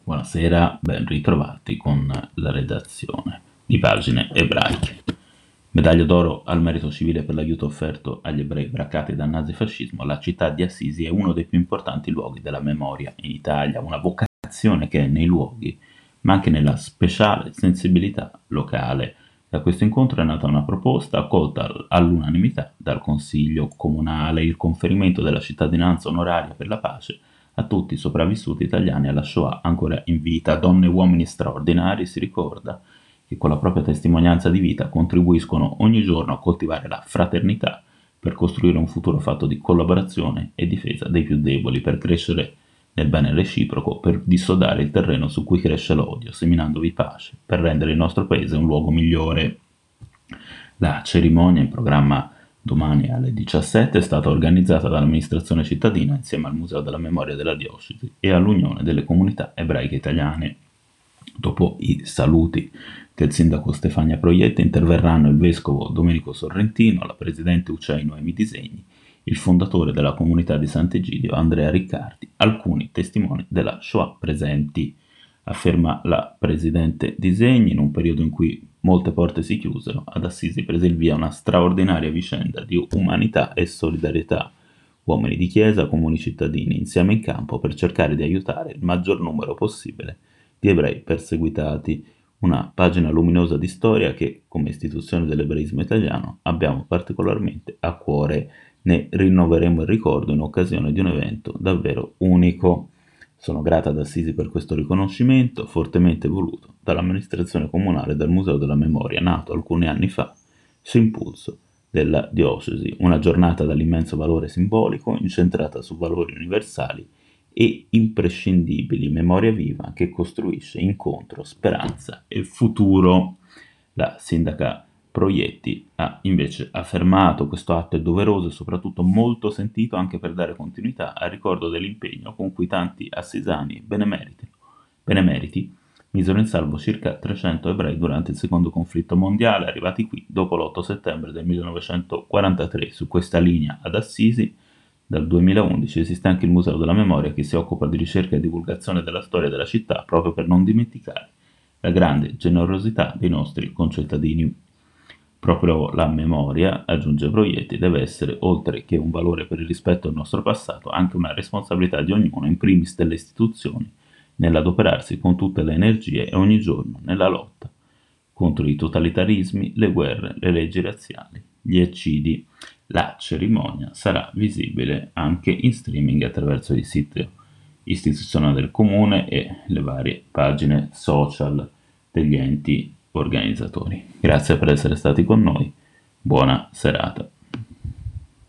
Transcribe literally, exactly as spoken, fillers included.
Buonasera, ben ritrovati con la redazione di Pagine Ebraiche. Medaglia d'oro al merito civile per l'aiuto offerto agli ebrei braccati dal nazifascismo. La città di Assisi è uno dei più importanti luoghi della memoria in Italia, una vocazione che è nei luoghi, ma anche nella speciale sensibilità locale. Da questo incontro è nata una proposta accolta all'unanimità dal Consiglio Comunale, il conferimento della cittadinanza onoraria per la pace a tutti i sopravvissuti italiani alla Shoah ancora in vita. Donne e uomini straordinari, si ricorda, che con la propria testimonianza di vita contribuiscono ogni giorno a coltivare la fraternità per costruire un futuro fatto di collaborazione e difesa dei più deboli, per crescere nel bene reciproco, per dissodare il terreno su cui cresce l'odio, seminandovi pace, per rendere il nostro paese un luogo migliore. La cerimonia, in programma domani alle diciassette, è stata organizzata dall'amministrazione cittadina insieme al Museo della Memoria della Diocesi e all'Unione delle Comunità Ebraiche Italiane. Dopo i saluti del sindaco Stefania Proietti interverranno il vescovo Domenico Sorrentino, la presidente U C E I Noemi Disegni, il fondatore della comunità di Sant'Egidio Andrea Riccardi, alcuni testimoni della Shoah presenti, afferma la presidente Disegni. In un periodo in cui molte porte si chiusero, ad Assisi prese il via una straordinaria vicenda di umanità e solidarietà. Uomini di chiesa, comuni cittadini, insieme in campo per cercare di aiutare il maggior numero possibile di ebrei perseguitati. Una pagina luminosa di storia che, come istituzione dell'ebraismo italiano, abbiamo particolarmente a cuore. Ne rinnoveremo il ricordo in occasione di un evento davvero unico. Sono grata ad Assisi per questo riconoscimento, fortemente voluto dall'amministrazione comunale e dal Museo della Memoria, nato alcuni anni fa su impulso della diocesi. Una giornata dall'immenso valore simbolico, incentrata su valori universali e imprescindibili, memoria viva che costruisce incontro, speranza e futuro. La sindaca Proietti ha invece affermato: questo atto è doveroso e soprattutto molto sentito anche per dare continuità al ricordo dell'impegno con cui tanti assisani benemeriti, benemeriti misero in salvo circa trecento ebrei durante il secondo conflitto mondiale, arrivati qui dopo l'otto settembre del millenovecentoquarantatré. Su questa linea ad Assisi dal duemilaundici esiste anche il Museo della Memoria, che si occupa di ricerca e divulgazione della storia della città, proprio per non dimenticare la grande generosità dei nostri concittadini. Proprio la memoria, aggiunge Proietti, deve essere, oltre che un valore per il rispetto del nostro passato, anche una responsabilità di ognuno, in primis delle istituzioni, nell'adoperarsi con tutte le energie e ogni giorno nella lotta contro i totalitarismi, le guerre, le leggi razziali, gli eccidi. La cerimonia sarà visibile anche in streaming attraverso il sito istituzionale del comune e le varie pagine social degli enti organizzatori. Grazie per essere stati con noi, buona serata.